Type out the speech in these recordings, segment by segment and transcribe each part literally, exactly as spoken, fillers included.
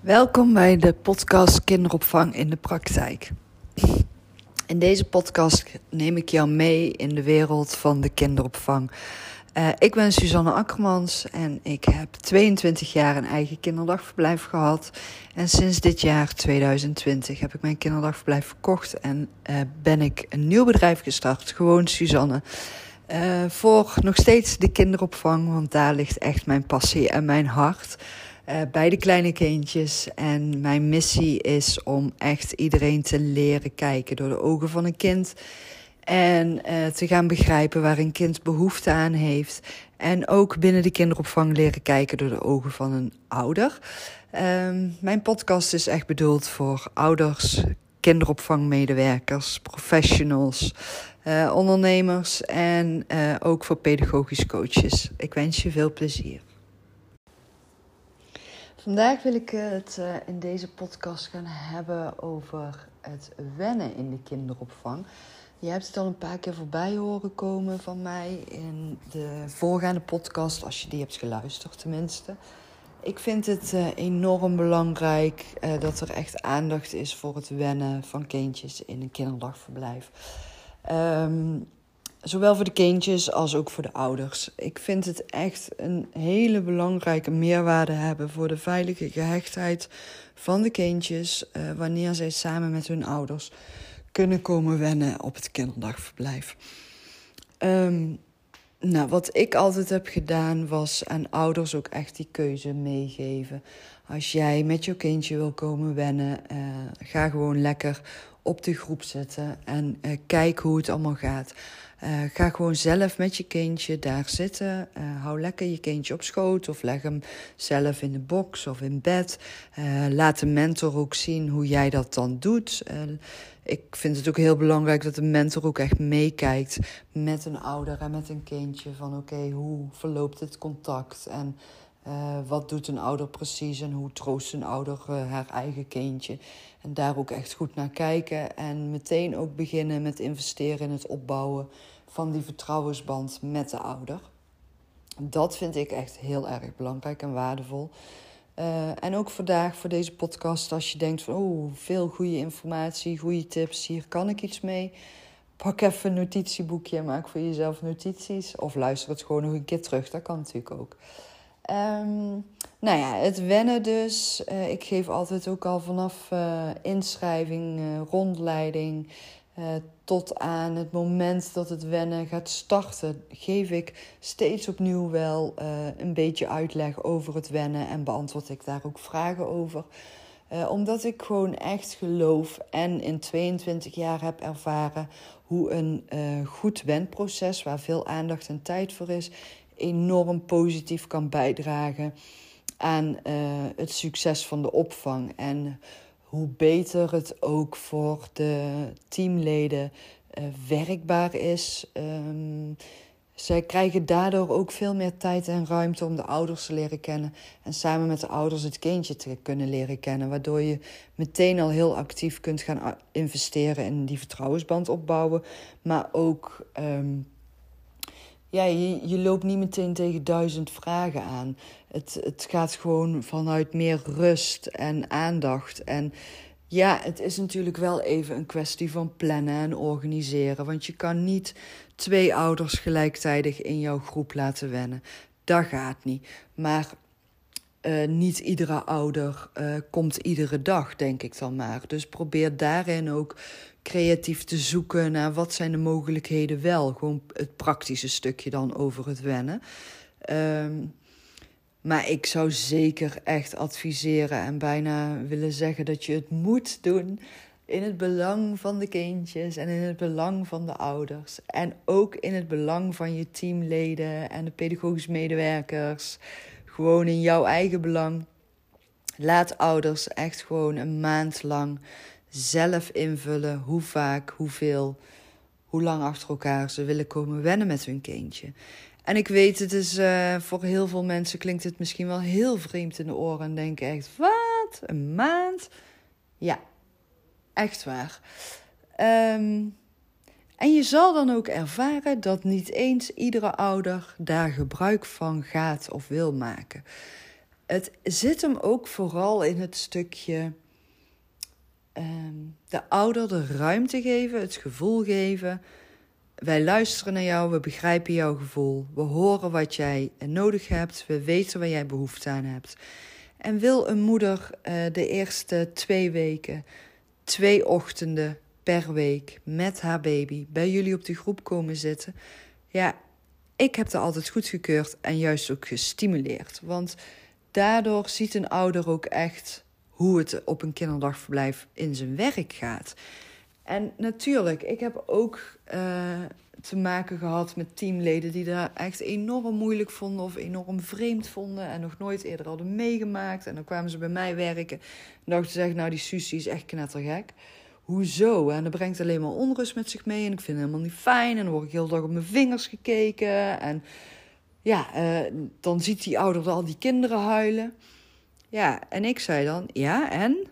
Welkom bij de podcast Kinderopvang in de praktijk. In deze podcast neem ik jou mee in de wereld van de kinderopvang. Uh, ik ben Suzanne Akkermans en ik heb tweeëntwintig jaar een eigen kinderdagverblijf gehad. En sinds dit jaar tweeduizend twintig heb ik mijn kinderdagverblijf verkocht en uh, ben ik een nieuw bedrijf gestart, gewoon Suzanne. Uh, voor nog steeds de kinderopvang, want daar ligt echt mijn passie en mijn hart. Uh, bij de kleine kindjes. En mijn missie is om echt iedereen te leren kijken door de ogen van een kind. En uh, te gaan begrijpen waar een kind behoefte aan heeft. En ook binnen de kinderopvang leren kijken door de ogen van een ouder. Um, mijn podcast is echt bedoeld voor ouders, kinderopvangmedewerkers, professionals, uh, ondernemers en uh, ook voor pedagogisch coaches. Ik wens je veel plezier. Vandaag wil ik het uh, in deze podcast gaan hebben over het wennen in de kinderopvang. Je hebt het al een paar keer voorbij horen komen van mij in de voorgaande podcast, als je die hebt geluisterd tenminste. Ik vind het uh, enorm belangrijk uh, dat er echt aandacht is voor het wennen van kindjes in een kinderdagverblijf. Um, Zowel voor de kindjes als ook voor de ouders. Ik vind het echt een hele belangrijke meerwaarde hebben voor de veilige gehechtheid van de kindjes, Uh, wanneer zij samen met hun ouders kunnen komen wennen op het kinderdagverblijf. Um, nou, wat ik altijd heb gedaan was aan ouders ook echt die keuze meegeven. Als jij met je kindje wil komen wennen, uh, ga gewoon lekker op de groep zitten en uh, kijk hoe het allemaal gaat. Uh, ga gewoon zelf met je kindje daar zitten. Uh, hou lekker je kindje op schoot of leg hem zelf in de box of in bed. Uh, laat de mentor ook zien hoe jij dat dan doet. Uh, ik vind het ook heel belangrijk dat de mentor ook echt meekijkt met een ouder en met een kindje. Van oké, okay, hoe verloopt het contact en Uh, wat doet een ouder precies en hoe troost een ouder uh, haar eigen kindje. En daar ook echt goed naar kijken en meteen ook beginnen met investeren in het opbouwen van die vertrouwensband met de ouder. Dat vind ik echt heel erg belangrijk en waardevol. Uh, en ook vandaag voor deze podcast, als je denkt van oh, veel goede informatie, goede tips, hier kan ik iets mee. Pak even een notitieboekje en maak voor jezelf notities. Of luister het gewoon nog een keer terug, dat kan natuurlijk ook. Um, nou ja, het wennen dus. Uh, ik geef altijd ook al vanaf uh, inschrijving, uh, rondleiding, uh, tot aan het moment dat het wennen gaat starten, geef ik steeds opnieuw wel uh, een beetje uitleg over het wennen en beantwoord ik daar ook vragen over. Uh, omdat ik gewoon echt geloof en in tweeëntwintig jaar heb ervaren hoe een uh, goed wenproces, waar veel aandacht en tijd voor is, enorm positief kan bijdragen aan uh, het succes van de opvang. En hoe beter het ook voor de teamleden uh, werkbaar is. Um, zij krijgen daardoor ook veel meer tijd en ruimte om de ouders te leren kennen. En samen met de ouders het kindje te kunnen leren kennen. Waardoor je meteen al heel actief kunt gaan investeren in die vertrouwensband opbouwen. Maar ook Um, Ja, je, je loopt niet meteen tegen duizend vragen aan. Het, het gaat gewoon vanuit meer rust en aandacht. En ja, het is natuurlijk wel even een kwestie van plannen en organiseren. Want je kan niet twee ouders gelijktijdig in jouw groep laten wennen. Dat gaat niet. Maar uh, niet iedere ouder uh, komt iedere dag, denk ik dan maar. Dus probeer daarin ook creatief te zoeken naar wat zijn de mogelijkheden wel. Gewoon het praktische stukje dan over het wennen. Um, maar ik zou zeker echt adviseren en bijna willen zeggen dat je het moet doen in het belang van de kindjes en in het belang van de ouders. En ook in het belang van je teamleden en de pedagogisch medewerkers. Gewoon in jouw eigen belang. Laat ouders echt gewoon een maand lang zelf invullen hoe vaak, hoeveel, hoe lang achter elkaar ze willen komen wennen met hun kindje. En ik weet, het is uh, voor heel veel mensen klinkt het misschien wel heel vreemd in de oren en denken echt, wat? Een maand? Ja, echt waar. Um, en je zal dan ook ervaren dat niet eens iedere ouder daar gebruik van gaat of wil maken. Het zit hem ook vooral in het stukje um, de ouder de ruimte geven, het gevoel geven. Wij luisteren naar jou, we begrijpen jouw gevoel. We horen wat jij nodig hebt, we weten waar jij behoefte aan hebt. En wil een moeder uh, de eerste twee weken, twee ochtenden per week met haar baby bij jullie op de groep komen zitten? Ja, ik heb dat altijd goedgekeurd en juist ook gestimuleerd. Want daardoor ziet een ouder ook echt hoe het op een kinderdagverblijf in zijn werk gaat. En natuurlijk, ik heb ook uh, te maken gehad met teamleden die daar echt enorm moeilijk vonden of enorm vreemd vonden en nog nooit eerder hadden meegemaakt. En dan kwamen ze bij mij werken en dachten ze echt, nou die Susie is echt knettergek. Hoezo? En dat brengt alleen maar onrust met zich mee en ik vind het helemaal niet fijn. En dan word ik heel de dag op mijn vingers gekeken. En ja, uh, dan ziet die ouder al die kinderen huilen. Ja, en ik zei dan, ja, en?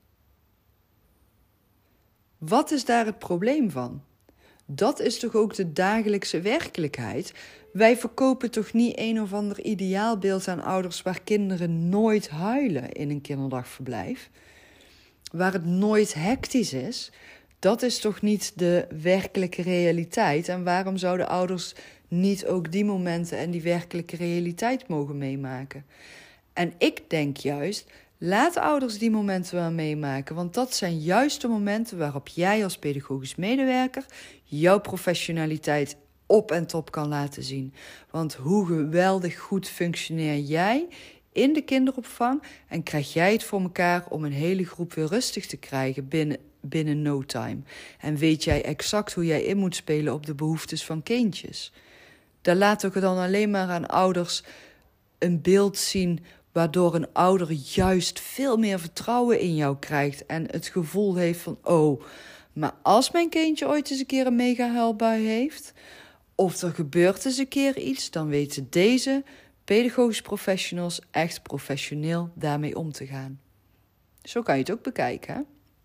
Wat is daar het probleem van? Dat is toch ook de dagelijkse werkelijkheid? Wij verkopen toch niet een of ander ideaalbeeld aan ouders waar kinderen nooit huilen in een kinderdagverblijf? Waar het nooit hectisch is? Dat is toch niet de werkelijke realiteit? En waarom zouden ouders niet ook die momenten en die werkelijke realiteit mogen meemaken? En ik denk juist, laat ouders die momenten wel meemaken. Want dat zijn juist de momenten waarop jij als pedagogisch medewerker jouw professionaliteit op en top kan laten zien. Want hoe geweldig goed functioneer jij in de kinderopvang en krijg jij het voor elkaar om een hele groep weer rustig te krijgen binnen, binnen no time. En weet jij exact hoe jij in moet spelen op de behoeftes van kindjes. Daar laat ik dan alleen maar aan ouders een beeld zien waardoor een ouder juist veel meer vertrouwen in jou krijgt en het gevoel heeft van, oh, maar als mijn kindje ooit eens een keer een mega huilbui heeft, of er gebeurt eens een keer iets, dan weten deze pedagogische professionals echt professioneel daarmee om te gaan. Zo kan je het ook bekijken, hè?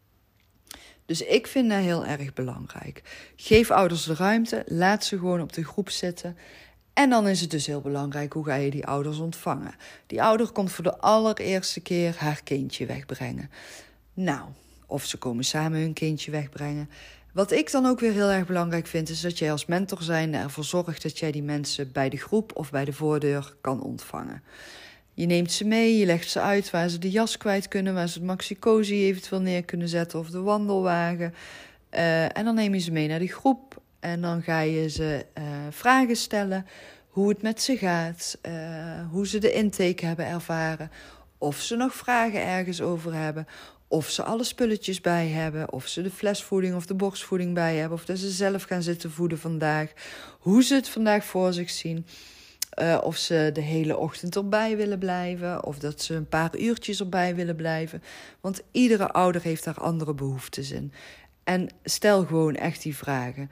Dus ik vind dat heel erg belangrijk. Geef ouders de ruimte, laat ze gewoon op de groep zitten. En dan is het dus heel belangrijk, hoe ga je die ouders ontvangen? Die ouder komt voor de allereerste keer haar kindje wegbrengen. Nou, of ze komen samen hun kindje wegbrengen. Wat ik dan ook weer heel erg belangrijk vind, is dat jij als mentor zijnde ervoor zorgt dat jij die mensen bij de groep of bij de voordeur kan ontvangen. Je neemt ze mee, je legt ze uit waar ze de jas kwijt kunnen, waar ze het maxi-cosi eventueel neer kunnen zetten of de wandelwagen. Uh, en dan neem je ze mee naar die groep en dan ga je ze uh, vragen stellen hoe het met ze gaat, uh, hoe ze de intake hebben ervaren, of ze nog vragen ergens over hebben, of ze alle spulletjes bij hebben, of ze de flesvoeding of de borstvoeding bij hebben, of dat ze zelf gaan zitten voeden vandaag, hoe ze het vandaag voor zich zien. Uh, of ze de hele ochtend erbij willen blijven, of dat ze een paar uurtjes erbij willen blijven. Want iedere ouder heeft daar andere behoeftes in. En stel gewoon echt die vragen.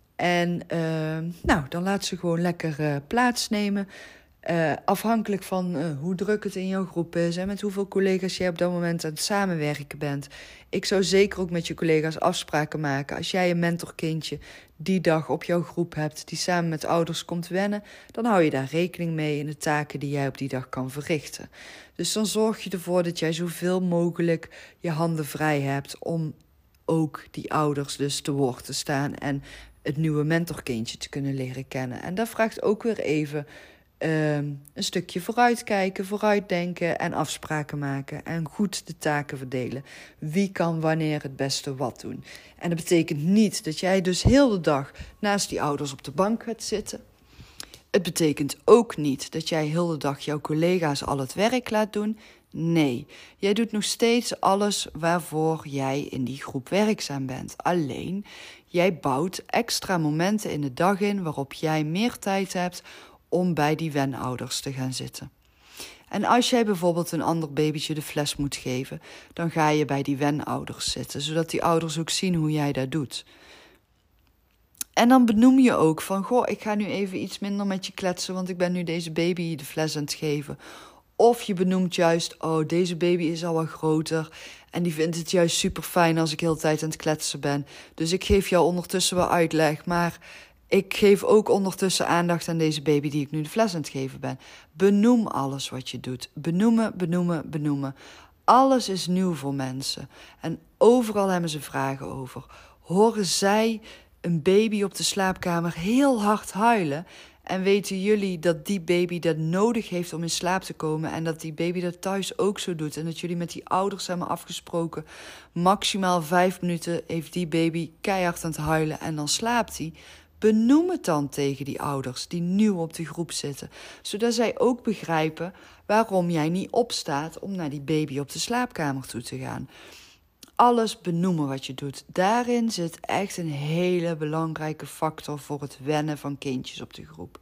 En uh, nou, dan laat ze gewoon lekker uh, plaatsnemen. Uh, afhankelijk van uh, hoe druk het in jouw groep is en met hoeveel collega's jij op dat moment aan het samenwerken bent. Ik zou zeker ook met je collega's afspraken maken. Als jij een mentorkindje die dag op jouw groep hebt die samen met ouders komt wennen, dan hou je daar rekening mee in de taken die jij op die dag kan verrichten. Dus dan zorg je ervoor dat jij zoveel mogelijk je handen vrij hebt om ook die ouders dus te woord te staan en het nieuwe mentorkindje te kunnen leren kennen. En dat vraagt ook weer even Um, een stukje vooruitkijken, vooruitdenken en afspraken maken. En goed de taken verdelen. Wie kan wanneer het beste wat doen. En dat betekent niet dat jij dus heel de dag naast die ouders op de bank gaat zitten. Het betekent ook niet dat jij heel de dag jouw collega's al het werk laat doen. Nee, jij doet nog steeds alles waarvoor jij in die groep werkzaam bent. Alleen, jij bouwt extra momenten in de dag in waarop jij meer tijd hebt om bij die wenouders te gaan zitten. En als jij bijvoorbeeld een ander babytje de fles moet geven, dan ga je bij die wenouders zitten, zodat die ouders ook zien hoe jij dat doet. En dan benoem je ook van, goh, ik ga nu even iets minder met je kletsen, want ik ben nu deze baby de fles aan het geven. Of je benoemt juist, oh, deze baby is al wat groter en die vindt het juist super fijn als ik heel de tijd aan het kletsen ben. Dus ik geef jou ondertussen wel uitleg, maar Ik geef ook ondertussen aandacht aan deze baby die ik nu de fles aan het geven ben. Benoem alles wat je doet. Benoemen, benoemen, benoemen. Alles is nieuw voor mensen. En overal hebben ze vragen over. Horen zij een baby op de slaapkamer heel hard huilen? En weten jullie dat die baby dat nodig heeft om in slaap te komen en dat die baby dat thuis ook zo doet? En dat jullie met die ouders hebben afgesproken, maximaal vijf minuten heeft die baby keihard aan het huilen en dan slaapt hij. Benoem het dan tegen die ouders die nieuw op de groep zitten, zodat zij ook begrijpen waarom jij niet opstaat om naar die baby op de slaapkamer toe te gaan. Alles benoemen wat je doet. Daarin zit echt een hele belangrijke factor voor het wennen van kindjes op de groep.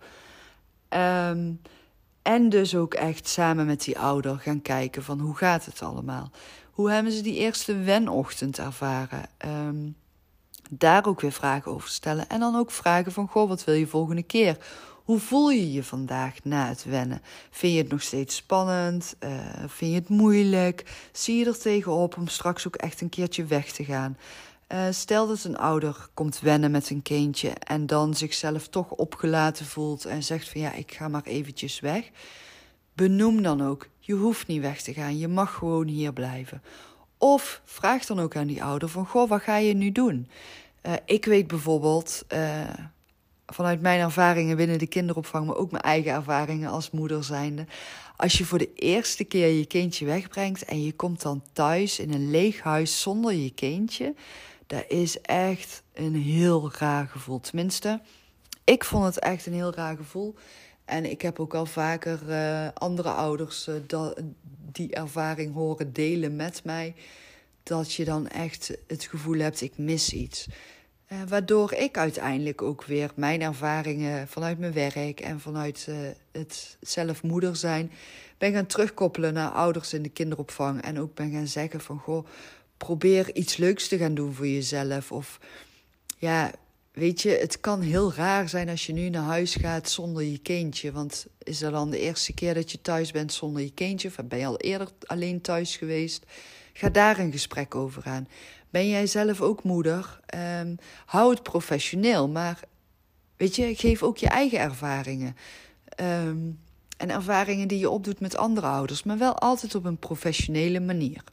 Um, en dus ook echt samen met die ouder gaan kijken van hoe gaat het allemaal? Hoe hebben ze die eerste wenochtend ervaren? Um, daar ook weer vragen over stellen. En dan ook vragen van, goh, wat wil je volgende keer? Hoe voel je je vandaag na het wennen? Vind je het nog steeds spannend? Uh, vind je het moeilijk? Zie je er tegenop om straks ook echt een keertje weg te gaan? Uh, stel dat een ouder komt wennen met een kindje en dan zichzelf toch opgelaten voelt en zegt van ja, ik ga maar eventjes weg. Benoem dan ook, je hoeft niet weg te gaan, je mag gewoon hier blijven. Of vraag dan ook aan die ouder van, goh, wat ga je nu doen? Uh, ik weet bijvoorbeeld, uh, vanuit mijn ervaringen binnen de kinderopvang, maar ook mijn eigen ervaringen als moeder zijnde. Als je voor de eerste keer je kindje wegbrengt en je komt dan thuis in een leeg huis zonder je kindje, dat is echt een heel raar gevoel. Tenminste, ik vond het echt een heel raar gevoel. En ik heb ook al vaker uh, andere ouders uh, da- die ervaring horen delen met mij, dat je dan echt het gevoel hebt, ik mis iets. Uh, waardoor ik uiteindelijk ook weer mijn ervaringen vanuit mijn werk en vanuit uh, het zelf moeder zijn, ben gaan terugkoppelen naar ouders in de kinderopvang. En ook ben gaan zeggen van, goh, probeer iets leuks te gaan doen voor jezelf. Of ja, weet je, het kan heel raar zijn als je nu naar huis gaat zonder je kindje. Want is dat dan de eerste keer dat je thuis bent zonder je kindje? Of ben je al eerder alleen thuis geweest? Ga daar een gesprek over aan. Ben jij zelf ook moeder? Um, hou het professioneel, maar weet je, geef ook je eigen ervaringen. Um, en ervaringen die je opdoet met andere ouders, maar wel altijd op een professionele manier.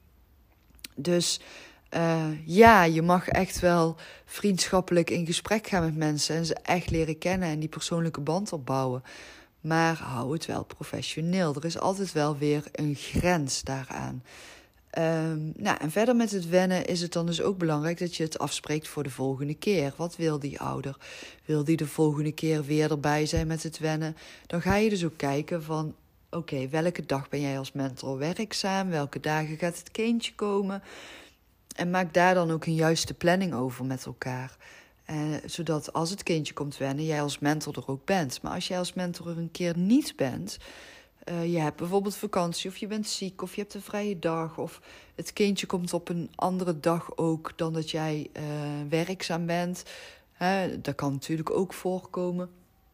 Dus uh, ja, je mag echt wel vriendschappelijk in gesprek gaan met mensen en ze echt leren kennen en die persoonlijke band opbouwen. Maar hou het wel professioneel. Er is altijd wel weer een grens daaraan. Um, nou, en verder met het wennen is het dan dus ook belangrijk dat je het afspreekt voor de volgende keer. Wat wil die ouder? Wil die de volgende keer weer erbij zijn met het wennen? Dan ga je dus ook kijken van, oké, okay, welke dag ben jij als mentor werkzaam? Welke dagen gaat het kindje komen? En maak daar dan ook een juiste planning over met elkaar. Uh, zodat als het kindje komt wennen, jij als mentor er ook bent. Maar als jij als mentor er een keer niet bent, Uh, je hebt bijvoorbeeld vakantie of je bent ziek of je hebt een vrije dag of het kindje komt op een andere dag ook dan dat jij uh, werkzaam bent. Hè, dat kan natuurlijk ook voorkomen.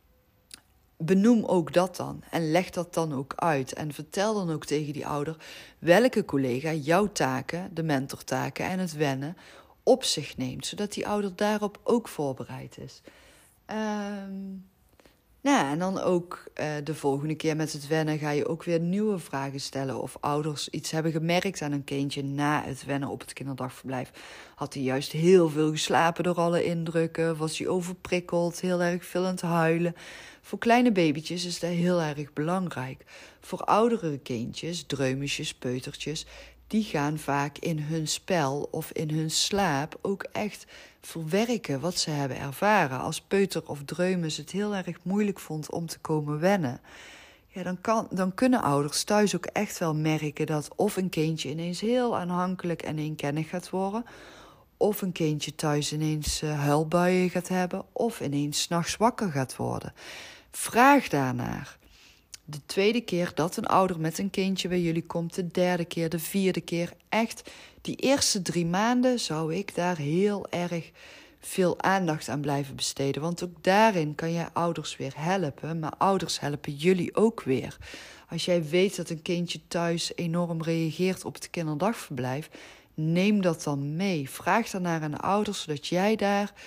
Benoem ook dat dan en leg dat dan ook uit. En vertel dan ook tegen die ouder welke collega jouw taken, de mentortaken en het wennen op zich neemt. Zodat die ouder daarop ook voorbereid is. Um... Nou, en dan ook uh, de volgende keer met het wennen ga je ook weer nieuwe vragen stellen. Of ouders iets hebben gemerkt aan een kindje na het wennen op het kinderdagverblijf. Had hij juist heel veel geslapen door alle indrukken? Was hij overprikkeld, heel erg veel aan het huilen? Voor kleine babytjes is dat heel erg belangrijk. Voor oudere kindjes, dreumetjes, peutertjes, die gaan vaak in hun spel of in hun slaap ook echt verwerken wat ze hebben ervaren. Als peuter of dreumes het heel erg moeilijk vond om te komen wennen, ja, dan, kan, dan kunnen ouders thuis ook echt wel merken dat of een kindje ineens heel aanhankelijk en eenkennig gaat worden, of een kindje thuis ineens uh, huilbuien gaat hebben, of ineens 's nachts wakker gaat worden. Vraag daarnaar. De tweede keer dat een ouder met een kindje bij jullie komt, de derde keer, de vierde keer, echt die eerste drie maanden zou ik daar heel erg veel aandacht aan blijven besteden. Want ook daarin kan jij ouders weer helpen, maar ouders helpen jullie ook weer. Als jij weet dat een kindje thuis enorm reageert op het kinderdagverblijf, neem dat dan mee. Vraag daarnaar aan de ouders, zodat jij daar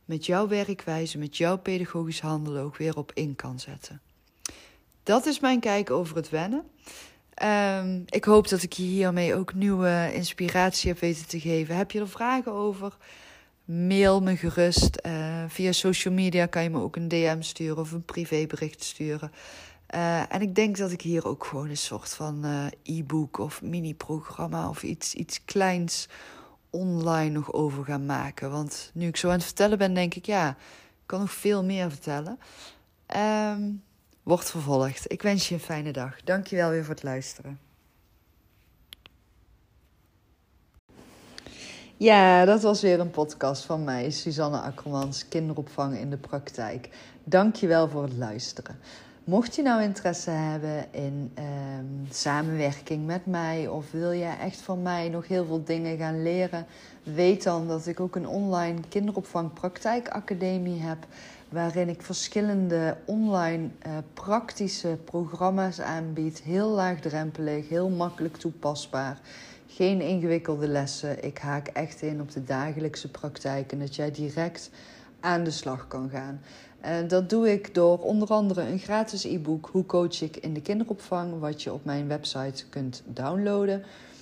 met jouw werkwijze, met jouw pedagogisch handelen ook weer op in kan zetten. Dat is mijn kijk over het wennen. Um, ik hoop dat ik je hiermee ook nieuwe inspiratie heb weten te geven. Heb je er vragen over? Mail me gerust. Uh, via social media kan je me ook een D M sturen of een privébericht sturen. Uh, en ik denk dat ik hier ook gewoon een soort van uh, e-book of mini-programma of iets, iets kleins online nog over ga maken. Want nu ik zo aan het vertellen ben, denk ik, ja, ik kan nog veel meer vertellen. Um, wordt vervolgd. Ik wens je een fijne dag. Dank je wel weer voor het luisteren. Ja, dat was weer een podcast van mij, Suzanne Akkermans, kinderopvang in de praktijk. Dank je wel voor het luisteren. Mocht je nou interesse hebben in eh, samenwerking met mij of wil je echt van mij nog heel veel dingen gaan leren, weet dan dat ik ook een online kinderopvangpraktijkacademie heb, waarin ik verschillende online uh, praktische programma's aanbied. Heel laagdrempelig, heel makkelijk toepasbaar. Geen ingewikkelde lessen. Ik haak echt in op de dagelijkse praktijk en dat jij direct aan de slag kan gaan. En dat doe ik door onder andere een gratis e-book Hoe coach ik in de kinderopvang, wat je op mijn website kunt downloaden.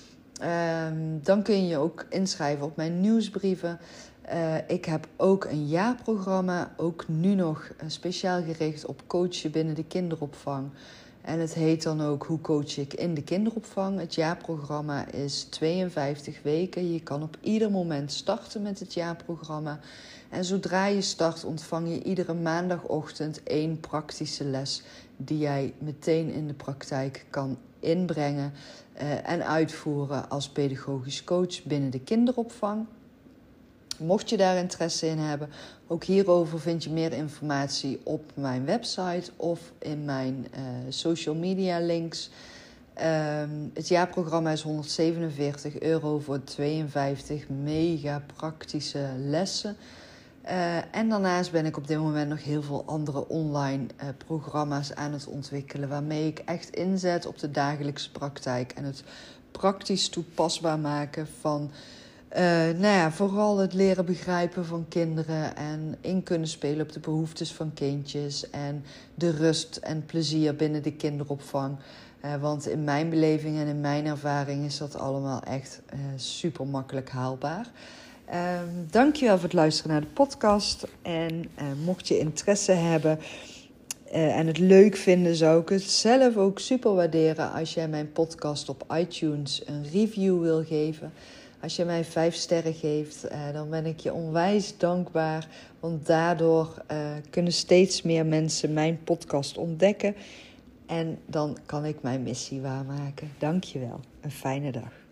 Um, dan kun je je ook inschrijven op mijn nieuwsbrieven. Uh, ik heb ook een jaarprogramma, ook nu nog speciaal gericht op coachen binnen de kinderopvang. En het heet dan ook Hoe coach ik in de kinderopvang. Het jaarprogramma is tweeënvijftig weken. Je kan op ieder moment starten met het jaarprogramma. En zodra je start ontvang je iedere maandagochtend één praktische les die jij meteen in de praktijk kan inbrengen uh, en uitvoeren als pedagogisch coach binnen de kinderopvang. Mocht je daar interesse in hebben, ook hierover vind je meer informatie op mijn website of in mijn uh, social media links. Um, het jaarprogramma is honderdzevenenveertig euro voor tweeënvijftig mega praktische lessen. Uh, en daarnaast ben ik op dit moment nog heel veel andere online uh, programma's aan het ontwikkelen, waarmee ik echt inzet op de dagelijkse praktijk en het praktisch toepasbaar maken van Uh, nou ja, vooral het leren begrijpen van kinderen en in kunnen spelen op de behoeftes van kindjes en de rust en plezier binnen de kinderopvang. Uh, want in mijn beleving en in mijn ervaring is dat allemaal echt uh, super makkelijk haalbaar. Uh, dankjewel voor het luisteren naar de podcast. En uh, mocht je interesse hebben uh, en het leuk vinden, zou ik het zelf ook super waarderen als jij mijn podcast op iTunes een review wil geven. Als je mij vijf sterren geeft, uh, dan ben ik je onwijs dankbaar. Want daardoor uh, kunnen steeds meer mensen mijn podcast ontdekken. En dan kan ik mijn missie waarmaken. Dank je wel. Een fijne dag.